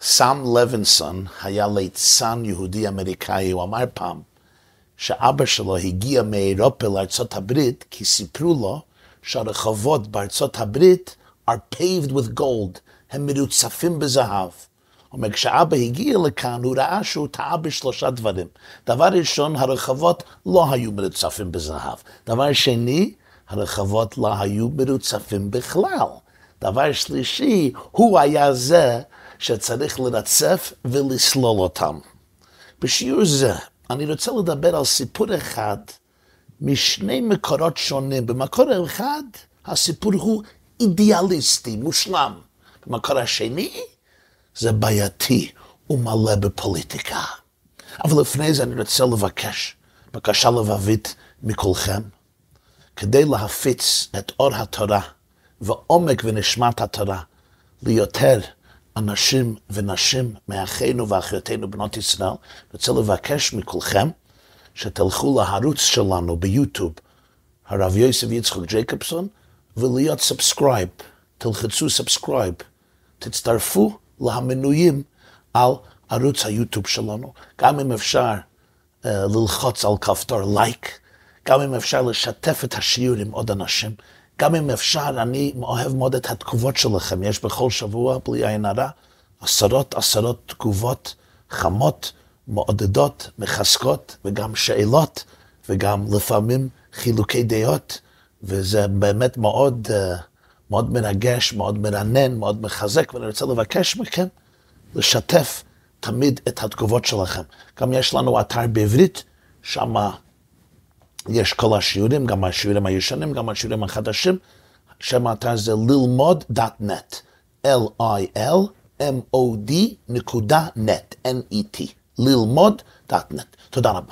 סם לוינסון היה ליצן יהודי אמריקאי, הוא אמר פעם שאבא שלו הגיע מאירופה לארצות הברית כי סיפרו לו שהרחובות בארצות הברית are paved with gold, הם מרוצפים בזהב. אומר, כשאבא הגיע לכאן הוא ראה שהוא טעה בשלושה דברים. דבר ראשון, הרחובות לא היו מרוצפים בזהב. דבר שני, הרחובות לא היו מרוצפים בכלל. דבר שלישי, הוא היה זה שצריך לרצף ולסלול אותם. בשיעור זה, אני רוצה לדבר על סיפור אחד משני מקורות שונים. במקור אחד, הסיפור הוא אידיאליסטי, מושלם. במקור השני, זה בעייתי ומלא בפוליטיקה. אבל לפני זה אני רוצה לבקש, בקשה לבבית מכולכם, כדי להפיץ את אור התורה ועומק ונשמת התורה ליותר אנשים ונשים מאחינו ואחיותינו בנות ישראל, אני רוצה לבקש מכולכם שתלכו לערוץ שלנו ביוטיוב, הרב יוסף יצחק ג'ייקובסון, ולהיות סאבסקרייב, תלחצו סאבסקרייב, תצטרפו למנויים על ערוץ היוטיוב שלנו, גם אם אפשר ללחוץ על כפתור לייק, גם אם אפשר לשתף את השיעור עם עוד אנשים, גם אם אפשר, אני אוהב מאוד את התגובות שלכם, יש בכל שבוע, בלי עין הרע, עשרות תגובות חמות, מעודדות, מחזקות, וגם שאלות, וגם לפעמים חילוקי דעות, וזה באמת מאוד מרגש, מאוד מרנן, מאוד מחזק, ואני רוצה לבקש מכם לשתף תמיד את התגובות שלכם. גם יש לנו אתר בעברית, שם יש כל השיעורים, גם השיעורים הישנים, גם השיעורים החדשים, שם האתר זה lilmod.net, lilmod.net, N-E-T, lilmod.net. תודה רבה.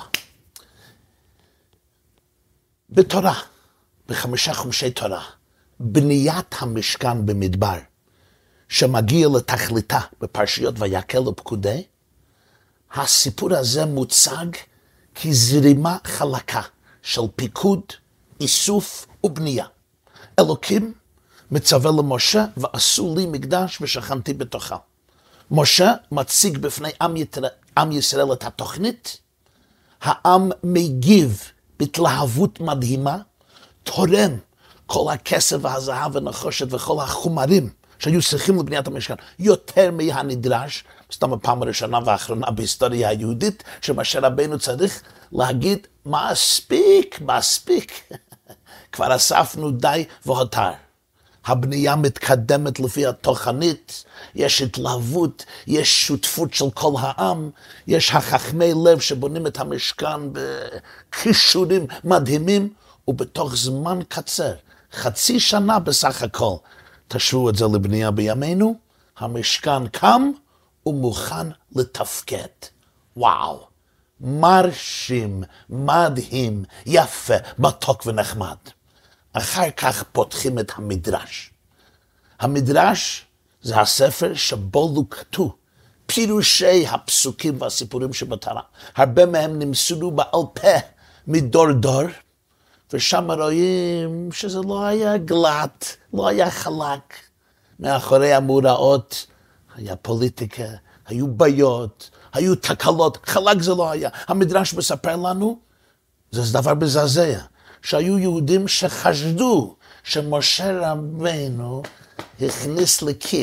בתורה, בחמישה חומשי תורה, בניית המשכן במדבר, שמגיע לתכליתה בפרשיות ויקל ופקודי, הסיפור הזה מוצג כזרימה חלקה של פיקוד, איסוף ובנייה. אלוקים מצווה למשה, ועשו לי מקדש ושכנתי בתוכה. משה מציג בפני עם ישראל את התוכנית, העם מגיב בהתלהבות מדהימה, תורם כל הכסף והזהב והנחושת וכל החומרים שהיו צריכים לבניית המשכן, יותר מהנדרש, סתם הפעם הראשונה והאחרונה בהיסטוריה היהודית, שמשה רבנו צריך להגיד, מספיק, כבר אספנו די והותר. הבנייה מתקדמת לפי התוכנית, יש התלהבות, יש שותפות של כל העם, יש החכמי לב שבונים את המשכן בכישורים מדהימים, ובתוך זמן קצר, חצי שנה בסך הכל, תשוו את זה לבנייה בימינו, המשכן קם ומוכן לתפקד. וואו, מרשים, מדהים, יפה, מתוק ונחמד. אחר כך פותחים את המדרש. המדרש זה הספר שבו לוקטו פירושי הפסוקים והסיפורים שבתורה. הרבה מהם נמסרו בעל פה מדור דור, ושם רואים שזה לא היה גלט, לא היה חלק. מאחורי המוראות היה פוליטיקה, היו בעיות, היו תקלות, חלק זה לא היה. המדרש מספר לנו, זה דבר מזעזע, שהיו יהודים שחשדו שמשה רבנו הכניס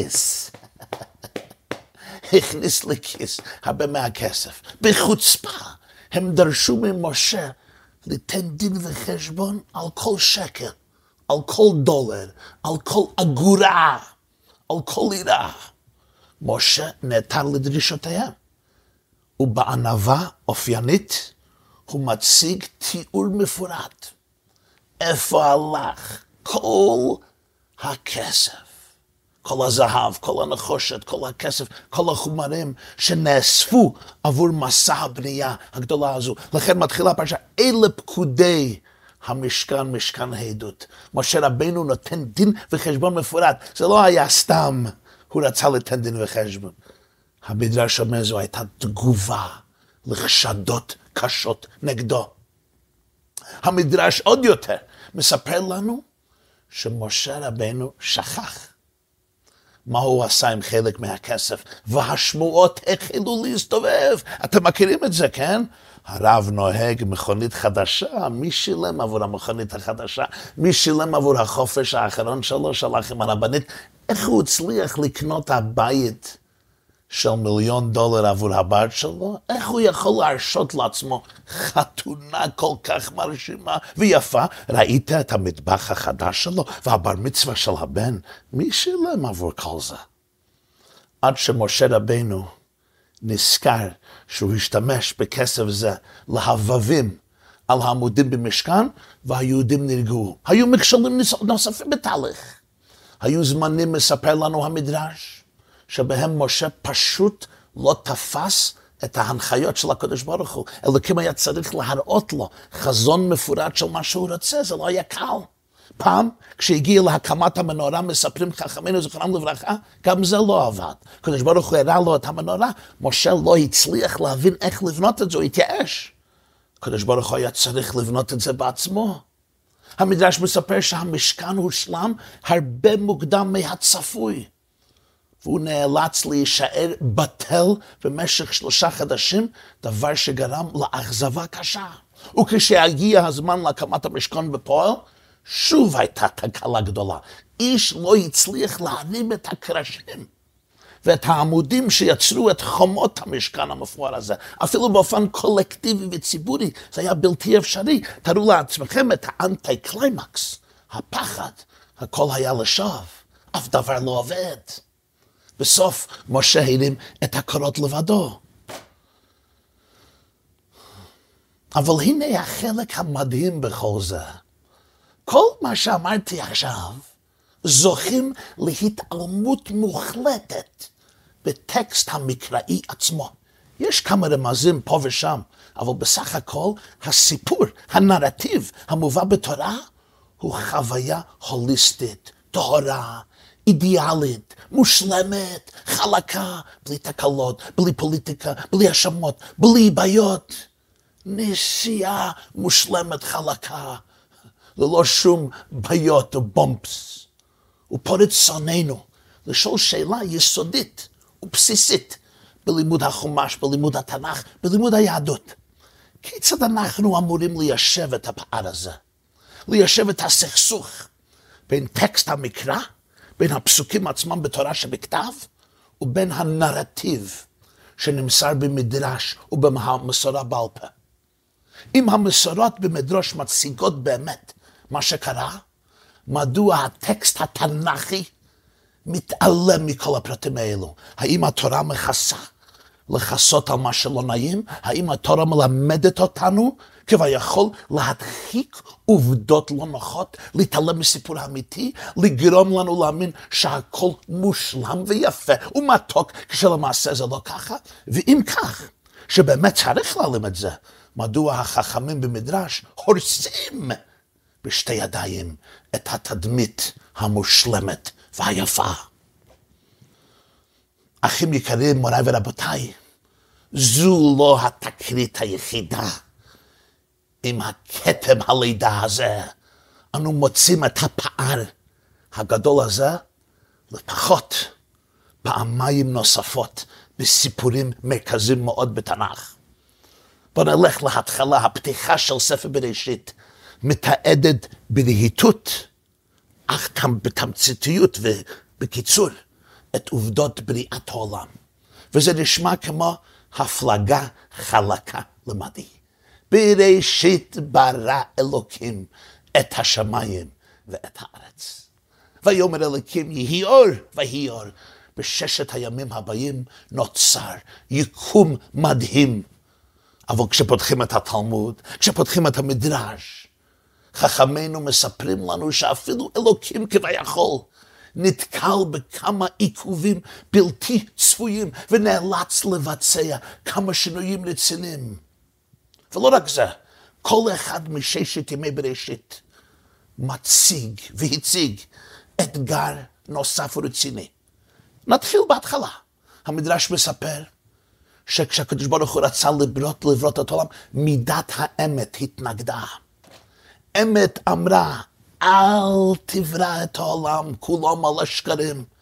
לכיס הרבה מהכסף. בחוצפה הם דרשו ממשה ליתן דין וחשבון על כל שקל, על כל דולר, על כל אגורה, על כל לירה. משה נעתר לדרישותיהם, ובענווה אופיינית הוא מציג תיאור מפורט. איפה הלך כל הכסף, כל הזהב, כל הנחושת, כל הכסף, כל החומרים שנאספו עבור מסע הבנייה הגדולה הזו. לכן מתחילה הפרשה, אלה פקודי המשכן, משכן העדות. משה רבנו נותן דין וחשבון מפורט. זה לא היה סתם, הוא רצה לתן דין וחשבון. המדרש אומר, זו הייתה תגובה לחשדות קשות נגדו. המדרש עוד יותר מספר לנו שמשה רבנו שכח. מה הוא עשה עם חלק מהכסף? והשמועות החלו להסתובב. אתם מכירים את זה, כן? הרב נוהג מכונית חדשה, מי שילם עבור המכונית החדשה? מי שילם עבור החופש האחרון שלו, שלח עם הרבנית? איך הוא הצליח לקנות הבית של $1,000,000 עבור הבת שלו? איך הוא יכול להרשות לעצמו חתונה כל כך מרשימה ויפה? ראית את המטבח החדש שלו והבר מצווה של הבן? מי שילם עבור כל זה? עד שמשה רבנו נזכר שהוא השתמש בכסף זה להבבים על העמודים במשכן, והיהודים נרגעו. היו מכשולים נוספים בתהליך. היו זמנים, מספר לנו המדרש, שבהם משה פשוט לא תפס את ההנחיות של הקדוש ברוך הוא. אלוקים היה צריך להראות לו חזון מפורט של מה שהוא רוצה, זה לא היה קל. פעם, כשהגיע להקמת המנורה, מספרים חכמינו זכרם לברכה, גם זה לא עבד. הקדוש ברוך הוא הראה לו את המנורה, משה לא הצליח להבין איך לבנות את זה, הוא התייאש. הקדוש ברוך הוא היה צריך לבנות את זה בעצמו. המדרש מספר שהמשכן הושלם הרבה מוקדם מהצפוי. והוא נאלץ להישאר בטל במשך 3 חודשים, דבר שגרם לאכזבה קשה. וכשהגיע הזמן להקמת המשכן בפועל, שוב הייתה תקלה גדולה. איש לא הצליח להרים את הקרשים ואת העמודים שיצרו את חומות המשכן המפואר הזה. אפילו באופן קולקטיבי וציבורי, זה היה בלתי אפשרי. תראו לעצמכם את האנטי קליימקס, הפחד, הכל היה לשווא, אף דבר לא עובד. בסוף משה הרים את הקורות לבדו. אבל הנה החלק המדהים בכל זה. כל מה שאמרתי עכשיו זוכים להתעלמות מוחלטת בטקסט המקראי עצמו. יש כמה רמזים פה ושם, אבל בסך הכל הסיפור, הנרטיב המובא בתורה, הוא חוויה הוליסטית, טהורה, אידיאלית, מושלמת, חלקה, בלי תקלות, בלי פוליטיקה, בלי האשמות, בלי בעיות. נסיעה מושלמת חלקה, ללא שום בעיות או בומפס. ופורץ שוננו לשאול שאלה יסודית ובסיסית בלימוד החומש, בלימוד התנ"ך, בלימוד היהדות. כיצד אנחנו אמורים ליישב את הפער הזה? ליישב את הסכסוך בין טקסט המקרא, בין הפסוקים עצמם בתורה שבכתב, ובין הנרטיב שנמסר במדרש ובמסורה בעל פה. אם המסורות במדרש מציגות באמת מה שקרה, מדוע הטקסט התנ"כי מתעלם מכל הפרטים האלו? האם התורה מכסה לכסות על מה שלא נעים? האם התורה מלמדת אותנו כביכול להדחיק עובדות לא נוחות, להתעלם מסיפור האמיתי, לגרום לנו להאמין שהכל מושלם ויפה ומתוק, כשלמעשה זה לא ככה? ואם כך, שבאמת צריך להעלים את זה, מדוע החכמים במדרש הורסים בשתי ידיים את התדמית המושלמת והיפה? אחים יקרים, מוריי ורבותיי, זו לא התקרית היחידה. עם הכתם הלידה הזה, אנו מוצאים את הפער הגדול הזה לפחות פעמיים נוספות בסיפורים מרכזיים מאוד בתנ"ך. בוא נלך להתחלה. הפתיחה של ספר בראשית מתעדת בלהיטות, אך גם בתמציתיות ובקיצור, את עובדות בריאת העולם. וזה נשמע כמו הפלגה חלקה למדי. בראשית ברא אלוקים את השמיים ואת הארץ. ויאמר אלוקים יהי אור, ויהי אור. בששת הימים הבאים נוצר יקום מדהים. אבל כשפותחים את התלמוד, כשפותחים את המדרש, חכמינו מספרים לנו שאפילו אלוקים כביכול נתקל בכמה עיכובים בלתי צפויים ונאלץ לבצע כמה שינויים רציניים. ולא רק זה, כל אחד מששת ימי בראשית מציג והציג אתגר נוסף ורציני. נתחיל בהתחלה. המדרש מספר שכשהקדוש ברוך הוא רצה לברוא את העולם, מידת האמת התנגדה. אמת אמרה, אל תברא את העולם, כולו מלא שקרים.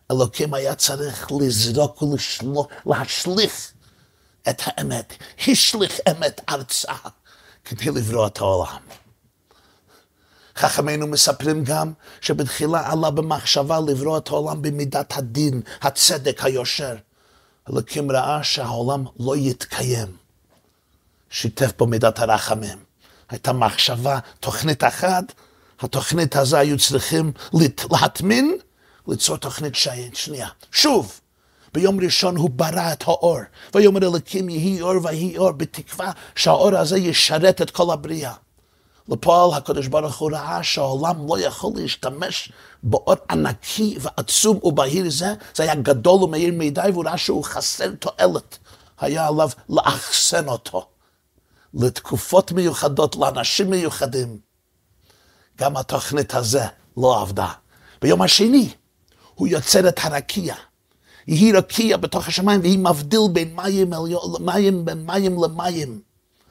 אלוקים היה צריך לזרוק ולהשליך את האמת, השליך אמת ארצה כדי לברוא את העולם. חכמינו מספרים גם שבתחילה עלה במחשבה לברוא את העולם במידת הדין, הצדק, היושר. אלוקים ראה שהעולם לא יתקיים. שיתף בו מידת הרחמים. הייתה מחשבה, תוכנית אחת, התוכנית הזו היו צריכים להטמין, ליצור תוכנית שנייה. שוב, ביום ראשון הוא ברא את האור, ויאמר אלוקים יהי אור ויהי אור, בתקווה שהאור הזה ישרת את כל הבריאה. לפועל הקדוש ברוך הוא ראה שהעולם לא יכול להשתמש באור ענקי ועצום ובהיר זה היה גדול ומהיר מדי, והוא ראה שהוא חסר תועלת. היה עליו לאחסן אותו לתקופות מיוחדות, לאנשים מיוחדים. גם התוכנית הזה לא עבדה. ביום השני הוא יוצר את הרקיע. היא רקיע בתוך השמיים והיא מבדיל בין מים למים.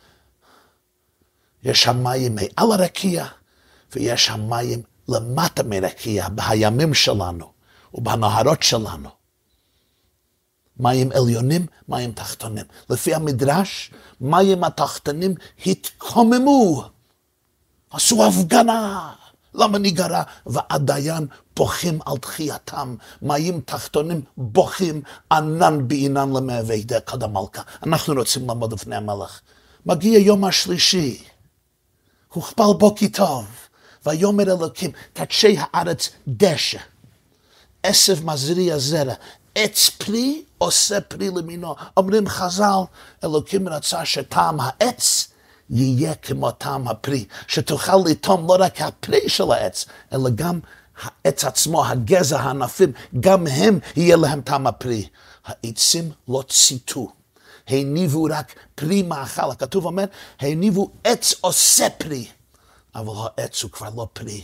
יש המים מעל הרקיע ויש המים למטה מרקיע, בימים שלנו ובנהרות שלנו. מים עליונים, מים תחתונים. לפי המדרש, מים התחתונים התקוממו, עשו הפגנה. למה נגרע? ועדיין בוכים על תחייתם. מים תחתונים בוכים ענן בעינן למעבדי כד המלכה. אנחנו רוצים לעמוד לפני המלך. מגיע יום השלישי, הוכפל בו כי טוב, ויאמר אלוקים, תדשי הארץ דשא, עשב מזריע זרע, עץ פרי עושה פרי למינו. אומרים חז"ל, אלוקים רצה שטעם העץ יהיה כמו טעם הפרי, שתוכל לטעום לא רק הפרי של העץ, אלא גם העץ עצמו, הגזע, הענפים, גם הם יהיה להם טעם הפרי. העצים לא ציטו, הניבו רק פרי מאכל. הכתוב אומר, הניבו עץ עושה פרי, אבל העץ הוא כבר לא פרי.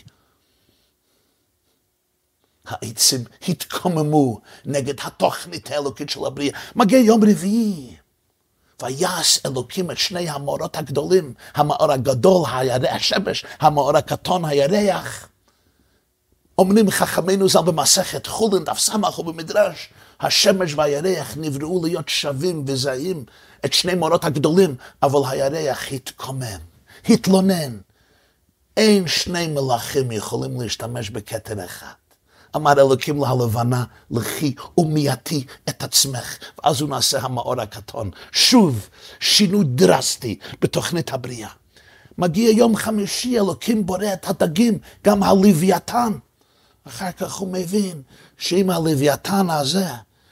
העצים התקוממו נגד התוכנית האלוקית של הבריאה. מגיע יום רביעי, ויעש אלוקים את שני המאורות הגדולים, המאור הגדול, השמש, המאור הקטון, הירח. אומרים חכמינו ז"ל במסכת חולין, דף סמך ובמדרש, השמש והירח נבראו להיות שווים וזהים, את שני מאורות הגדולים, אבל הירח התקומם, התלונן. אין שני מלאכים יכולים להשתמש בכתר אחד. אמר אלוקים להלבנה, לכי ומייתי את עצמך, ואז הוא נעשה המאור הקטון. שוב, שינוי דרסטי בתוכנית הבריאה. מגיע יום חמישי, אלוקים בורא את הדגים, גם הלוויתן. אחר כך הוא מבין שאם הלוויתן הזה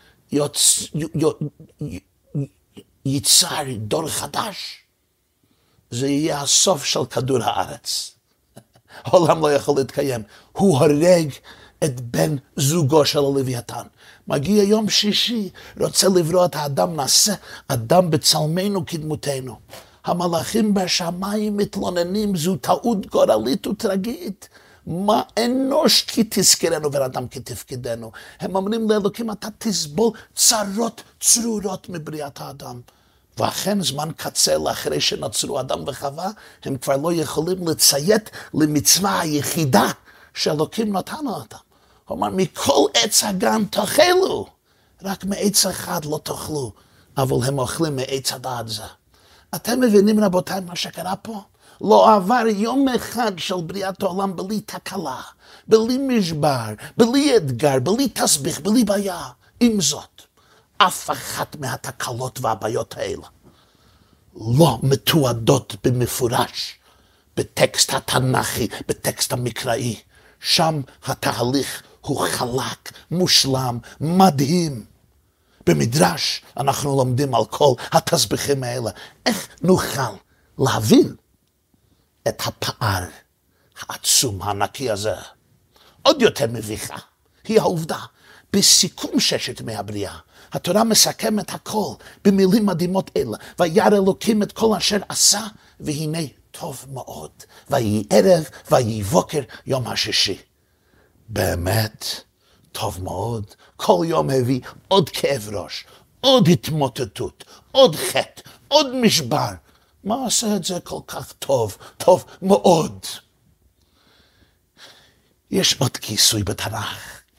ייצר דור חדש, זה יהיה הסוף של כדור הארץ. העולם לא יכול להתקיים. הוא הורג את בן זוגו של הלוויתן. מגיע יום שישי, רוצה לברוא את האדם, נעשה אדם בצלמנו כדמותנו. המלאכים בשמיים מתלוננים, זו טעות גורלית וטרגית. מה אנוש כי תזכרנו ואדם כי תפקידנו. הם אומרים לאלוקים, אתה תסבול צרות צרורות מבריאת האדם. ואכן זמן קצר לאחרי שנוצרו אדם וחווה, הם כבר לא יכולים לציית למצווה היחידה שאלוקים נתן אותם. הוא אמר, מכל עץ הגן תאכלו, רק מעץ אחד לא תאכלו, אבל הם אוכלים מעץ הדעת זה. אתם מבינים רבותיי מה שקרה פה? לא עבר יום אחד של בריאת העולם בלי תקלה, בלי משבר, בלי אתגר, בלי תסביך, בלי בעיה. עם זאת, אף אחת מהתקלות והבעיות האלה לא מתועדות במפורש בטקסט התנ"כי, בטקסט המקראי. שם התהליך הוא חלק, מושלם, מדהים. במדרש אנחנו לומדים על כל התסביכים האלה. איך נוכל להבין את הפער העצום, הענקי הזה? עוד יותר מביכה היא העובדה, בסיכום ששת ימי הבריאה, התורה מסכמת הכל במילים מדהימות אלה. וירא אלוקים את כל אשר עשה, והנה טוב מאוד. ויהי ערב, ויהי בוקר, יום השישי. באמת טוב מאוד. כל יום הביא עוד כאב ראש, עוד התמוטטות, עוד חטא, עוד משבר. מה עושה את זה כל כך טוב? טוב מאוד. יש עוד כיסוי בתנ"ך,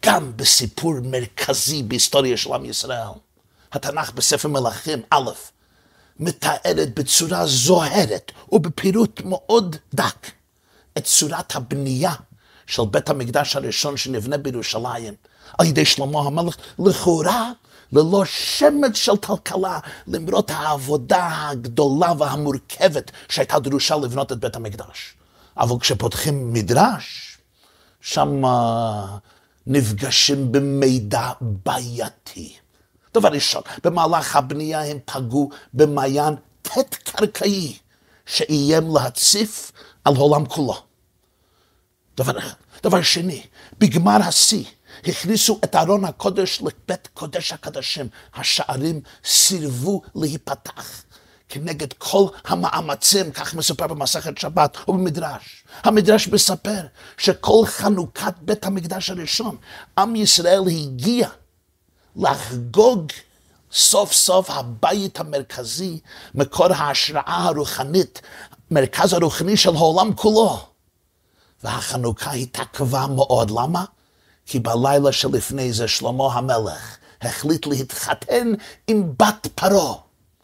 גם בסיפור מרכזי בהיסטוריה של עם ישראל. התנ"ך בספר מלכים א' מתארת בצורה זוהרת ובפירוט מאוד דק את צורת הבנייה של בית המקדש הראשון שנבנה בירושלים על ידי שלמה המלך, לכאורה ללא שמץ של כלכלה, למרות העבודה הגדולה והמורכבת שהייתה דרושה לבנות את בית המקדש. אבל כשפותחים מדרש, שם נפגשים במידע בעייתי. דבר ראשון, במהלך הבנייה הם פגעו במעיין תת-קרקעי שאיים להציף על העולם כולו. דבר אחד. דבר שני, בגמר השיא הכניסו את ארון הקודש לבית קודש הקדשים. השערים סירבו להיפתח כנגד כל המאמצים, כך מסופר במסכת שבת ובמדרש. המדרש מספר שכל חנוכת בית המקדש הראשון, עם ישראל הגיע לחגוג סוף סוף הבית המרכזי, מקור ההשראה הרוחנית, מרכז הרוחני של העולם כולו. והחנוכה התעכבה מאוד. למה? כי בלילה שלפני זה שלמה המלך החליט להתחתן עם בת פרעה.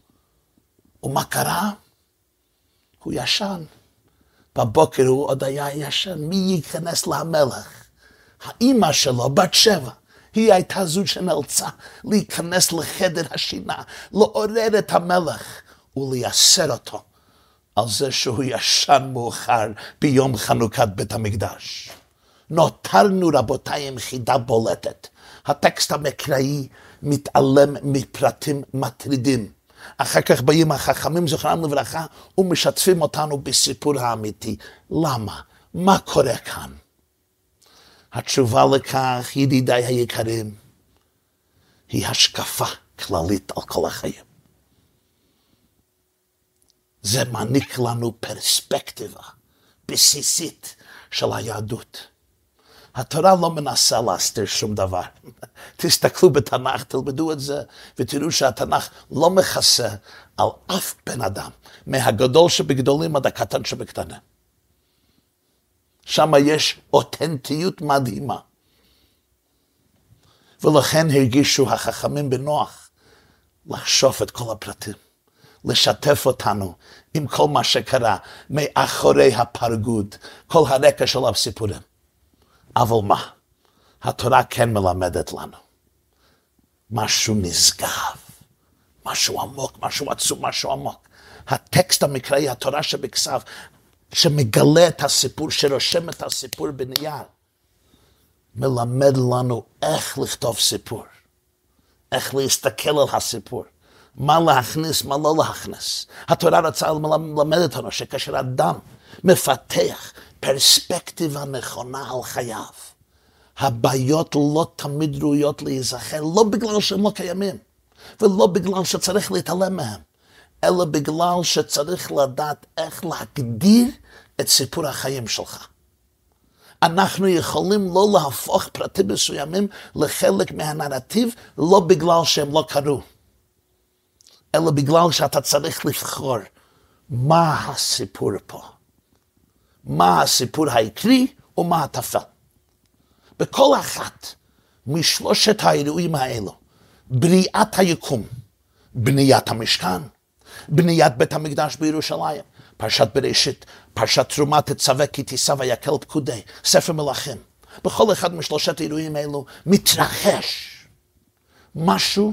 ומה קרה? הוא ישן. בבוקר הוא עוד היה ישן. מי ייכנס למלך? האמא שלו, בת שבע. היא הייתה זו שנאלצה להיכנס לחדר השינה, לעורר את המלך ולייסר אותו על זה שהוא ישן מאוחר ביום חנוכת בית המקדש. נותרנו רבותיי עם חידה בולטת. הטקסט המקראי מתעלם מפרטים מטרידים. אחר כך באים החכמים זכרם לברכה ומשתפים אותנו בסיפור האמיתי. למה? מה קורה כאן? התשובה לכך, ידידיי היקרים, היא השקפה כללית על כל החיים. זה מעניק לנו פרספקטיבה בסיסית של היהדות. התורה לא מנסה להסתיר שום דבר. תסתכלו בתנ"ך, תלמדו את זה, ותראו שהתנ"ך לא מכסה על אף בן אדם, מהגדול שבגדולים עד הקטן שבקטנים. שם יש אותנטיות מדהימה. ולכן הרגישו החכמים בנוח לחשוף את כל הפרטים, לשתף אותנו עם כל מה שקרה מאחורי הפרגוד, כל הרקע של הסיפורים. אבל מה? התורה כן מלמדת לנו משהו נשגב, משהו עמוק, משהו עצום, משהו עמוק. הטקסט המקראי, התורה שבכסף, שמגלה את הסיפור, שרושם את הסיפור בנייר, מלמד לנו איך לכתוב סיפור, איך להסתכל על הסיפור, מה להכניס, מה לא להכניס. התורה רצה ללמד אותנו שכאשר אדם מפתח פרספקטיבה נכונה על חייו, הבעיות לא תמיד ראויות להיזכר, לא בגלל שהם לא קיימים, ולא בגלל שצריך להתעלם מהם, אלא בגלל שצריך לדעת איך להגדיר את סיפור החיים שלך. אנחנו יכולים לא להפוך פרטים מסוימים לחלק מהנרטיב, לא בגלל שהם לא קרו, אלא בגלל שאתה צריך לבחור מה הסיפור פה. מה הסיפור העיקרי ומה הטפל. בכל אחת משלושת האירועים האלו, בריאת היקום, בניית המשכן, בניית בית המקדש בירושלים, פרשת בראשית, פרשת תרומה תצווה כי תישא ויקל פקודי, ספר מלכים. בכל אחד משלושת האירועים האלו מתרחש משהו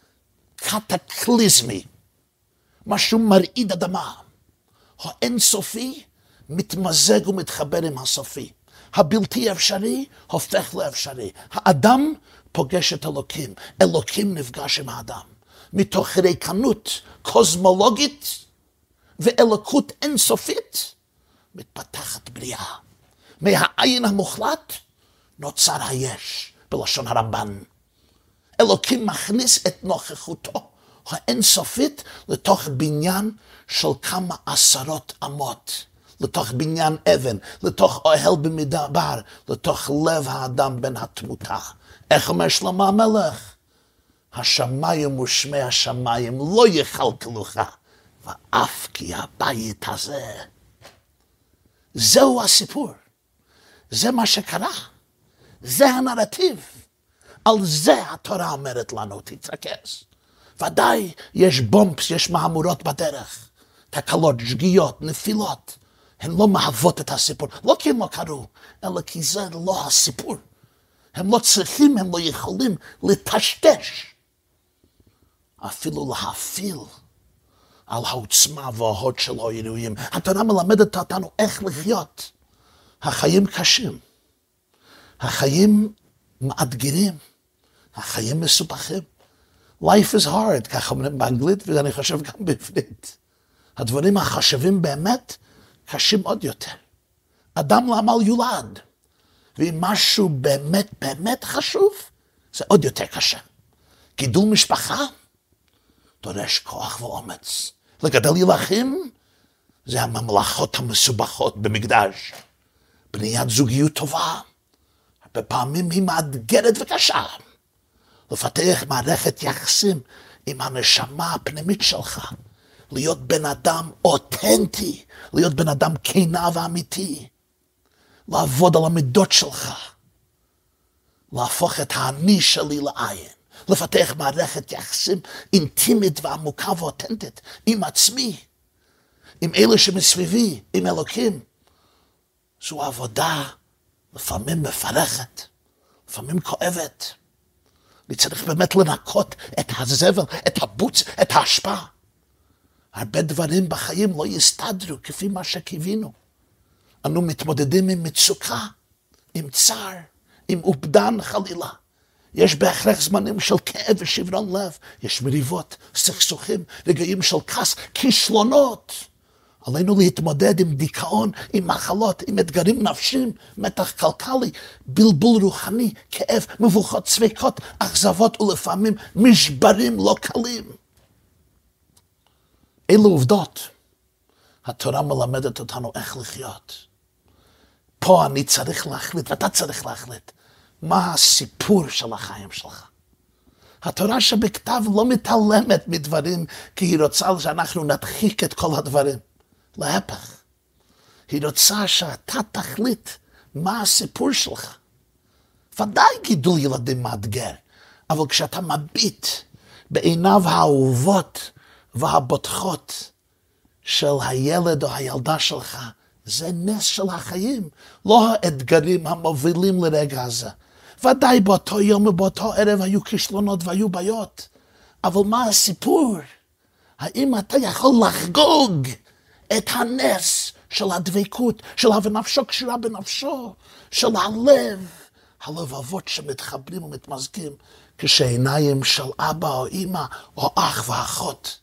קטקליזמי, משהו מרעיד אדמה. האינסופי מתמזג ומתחבר עם הסופי. הבלתי אפשרי הופך לאפשרי. האדם פוגש את אלוקים, אלוקים נפגש עם האדם. מתוך ריקנות קוסמולוגית ואלוקות אינסופית מתפתחת בריאה. מהעין המוחלט נוצר היש, בלשון הרמב"ן. אלוקים מכניס את נוכחותו האינסופית לתוך בניין של כמה עשרות אמות, לתוך בניין אבן, לתוך אוהל במדבר, לתוך לב האדם בן התמותה. איך אומר שלמה המלך? השמיים ושמי השמיים לא יכלכלוך, ואף כי הבית הזה. זהו הסיפור. זה מה שקרה. זה הנרטיב. על זה התורה אומרת לנו, תתרכז. ודאי, יש בומפס, יש מהמורות בדרך. תקלות, שגיאות, נפילות. הן לא מהוות את הסיפור. לא כי הם לא קרו, אלא כי זה לא הסיפור. הם לא צריכים, הם לא יכולים לטשטש. אפילו להפיל על העוצמה וההוד של האירועים. התורה מלמדת אותנו איך לחיות. החיים קשים. החיים מאתגרים. החיים מסובכים. Life is hard, כך אומרים באנגלית, ואני חושב גם בעברית. הדברים החשובים באמת קשים עוד יותר. אדם לעמל יולד. ואם משהו באמת באמת חשוב, זה עוד יותר קשה. גידול משפחה דורש כוח ואומץ. לגדל ילדים זה הממלכות המסובכות במקדש. בניית זוגיות טובה, הרבה פעמים היא מאתגרת וקשה. לפתח מערכת יחסים עם הנשמה הפנימית שלך. להיות בן אדם אותנטי, להיות בן אדם כנה ואמיתי. לעבוד על המידות שלך. להפוך את האני שלי לעין. לפתח מערכת יחסים אינטימית ועמוקה ואותנטית עם עצמי, עם אלה שמסביבי, עם אלוקים. זו עבודה לפעמים מפרכת, לפעמים כואבת. אני צריך באמת לנקות את הזבל, את הבוץ, את ההשפעה. הרבה דברים בחיים לא יסתדרו כפי מה שקיווינו. אנו מתמודדים עם מצוקה, עם צער, עם אובדן חלילה. יש בהכרח זמנים של כאב ושברון לב. יש מריבות, סכסוכים, רגעים של כעס, כישלונות. עלינו להתמודד עם דיכאון, עם מחלות, עם אתגרים נפשיים, מתח כלכלי, בלבול רוחני, כאב, מבוכות, צוויקות, אכזבות ולפעמים משברים לא קלים. אלו עובדות. התורה מלמדת אותנו איך לחיות. פה אני צריך להחליט, ואתה צריך להחליט, מה הסיפור של החיים שלך. התורה שבכתב לא מתעלמת מדברים, כי היא רוצה שאנחנו נדחיק את כל הדברים. להפך. היא רוצה שאתה תחליט מה הסיפור שלך. ודאי גידול ילדים מאתגר, אבל כשאתה מביט בעיניו האהובות והבוטחות של הילד או הילדה שלך, זה נס של החיים, לא האתגרים המובילים לרגע הזה. ודאי באותו יום ובאותו ערב היו כישלונות והיו בעיות, אבל מה הסיפור? האם אתה יכול לחגוג את הנס של הדבקות, של הנפשו קשורה בנפשו, של הלבבות שמתחברים ומתמזגים, כשעיניים של אבא או אמא או אח ואחות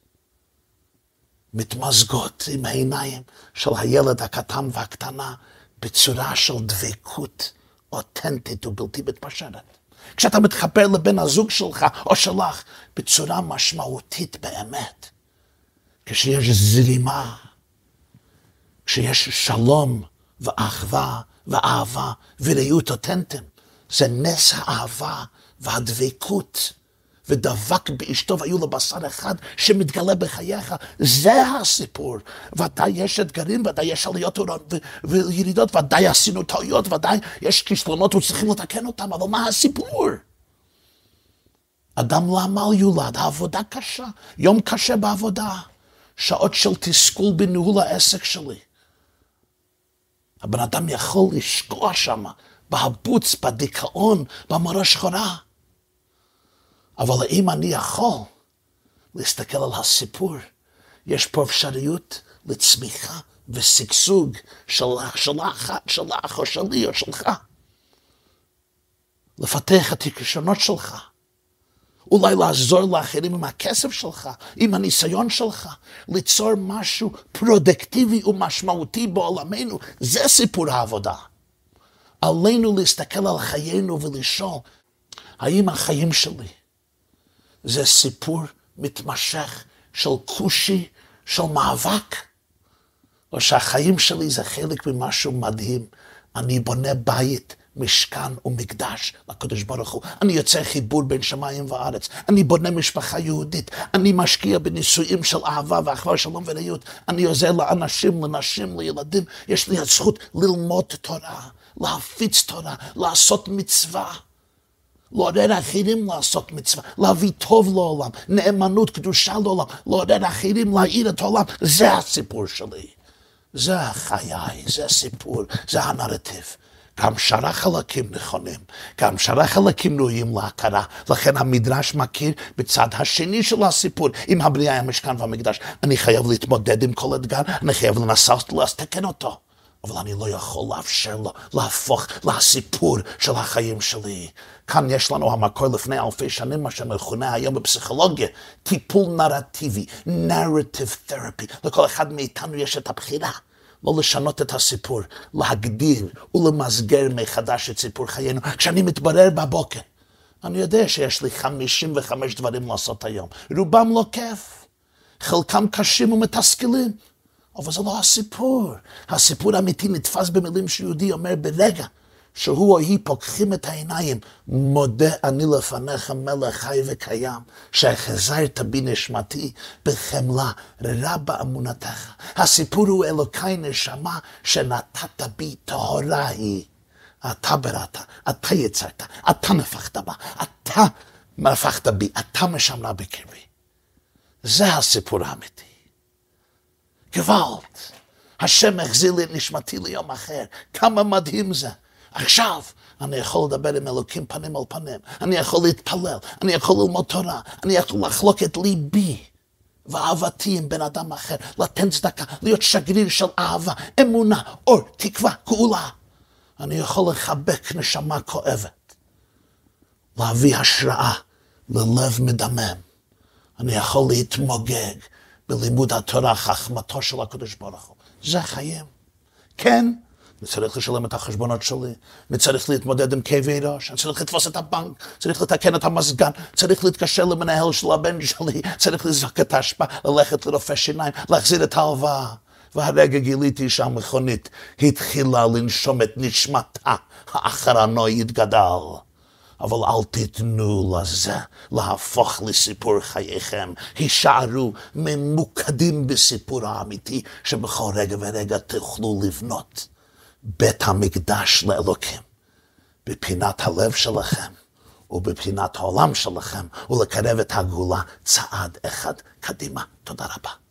מתמזגות עם העיניים של הילד הקטן והקטנה בצורה של דבקות אותנטית ובלתי מתפשרת. כשאתה מתחבר לבן הזוג שלך או שלך בצורה משמעותית באמת, כשיש זרימה, כשיש שלום ואחווה ואהבה ורעות אותנטיים, זה נס האהבה והדבקות. ודבק באשתו והיו לבשר אחד שמתגלה בחייך. זה הסיפור. ודאי יש אתגרים, ודאי יש עליות וירידות, ודאי עשינו טעויות, ודאי יש כישלונות וצריכים לתקן אותם, אבל מה הסיפור? אדם לעמל יולד, העבודה קשה, יום קשה בעבודה, שעות של תסכול בניהול העסק שלי. הבן אדם יכול לשקוע שם, בהבוץ, בדיכאון, במורה שחורה. אבל האם אני יכול להסתכל על הסיפור? יש פה אפשריות לצמיחה ושגשוג שלך או שלי או שלך. לפתח את הכישרונות שלך. אולי לעזור לאחרים עם הכסף שלך, עם הניסיון שלך. ליצור משהו פרודקטיבי ומשמעותי בעולמנו. זה סיפור העבודה. עלינו להסתכל על חיינו ולשאול, האם החיים שלי זה סיפור מתמשך של קושי, של מאבק? או שהחיים שלי זה חלק ממשהו מדהים. אני בונה בית, משכן ומקדש לקדוש ברוך הוא. אני יוצר חיבור בין שמיים וארץ. אני בונה משפחה יהודית. אני משקיע בנישואים של אהבה ואחווה, שלום ורעות. אני עוזר לאנשים, לנשים, לילדים. יש לי הזכות ללמוד תורה, להפיץ תורה, לעשות מצווה. לעודד אחרים לעשות מצווה, להביא טוב לעולם, נאמנות, קדושה לעולם, לעודד אחרים להאיר את העולם. זה הסיפור שלי. זה החיי, זה הסיפור, זה הנרטיב. גם שאר החלקים נכונים, גם שאר החלקים ראויים להכרה. לכן המדרש מכיר בצד השני של הסיפור, עם הבריאה, המשכן והמקדש. אני חייב להתמודד עם כל אתגר, אני חייב לנסות לתקן אותו. אבל אני לא יכול לאפשר לו להפוך לסיפור של החיים שלי. כאן יש לנו המקור לפני אלפי שנים, מה שמכונה היום בפסיכולוגיה, טיפול נרטיבי, narrative therapy. לכל אחד מאיתנו יש את הבחירה. לא לשנות את הסיפור, להגדיר ולמסגר מחדש את סיפור חיינו. כשאני מתברר בבוקר, אני יודע שיש לי 55 דברים לעשות היום. רובם לא כיף, חלקם קשים ומתסכלים, אבל זה לא הסיפור. הסיפור האמיתי נתפס במילים שיהודי אומר ברגע שהוא או היא פוקחים את העיניים, מודה אני לפניך מלך חי וקיים, שהחזרת בי נשמתי בחמלה רבה אמונתך. הסיפור הוא אלוקי נשמה שנתת בי טהרה היא. אתה בראת, אתה יצרת, אתה נפחת בה, אתה נפחת בי, אתה משמרה בקרבי. זה הסיפור האמיתי. גוואלד, השם החזיר לי את נשמתי ליום אחר, כמה מדהים זה. עכשיו אני יכול לדבר עם אלוקים פנים על פנים, אני יכול להתפלל, אני יכול ללמוד תורה, אני יכול לחלוק את ליבי ואהבתי עם בן אדם אחר, לתת צדקה, להיות שגריר של אהבה, אמונה, אור, תקווה, גאולה. אני יכול לחבק נשמה כואבת, להביא השראה ללב מדמם. אני יכול להתמוגג בלימוד התורה, חכמתו של הקדוש ברוך הוא. זה חיים. כן, אני צריך לשלם את החשבונות שלי, אני צריך להתמודד עם כאבי ראש, אני צריך לתפוס את הבנק, צריך לתקן את המזגן, צריך להתקשר למנהל של הבן שלי, צריך לזרוק את האשפה, ללכת לרופא שיניים, להחזיר את ההלוואה. והרגע גיליתי שהמכונית התחילה לנשום את נשמתה, האחרנוי התגדל. אבל אל תיתנו לזה להפוך לסיפור חייכם. הישארו ממוקדים בסיפור האמיתי, שבכל רגע ורגע תוכלו לבנות בית המקדש לאלוקים, בפינת הלב שלכם ובפינת העולם שלכם, ולקרב את הגאולה צעד אחד קדימה. תודה רבה.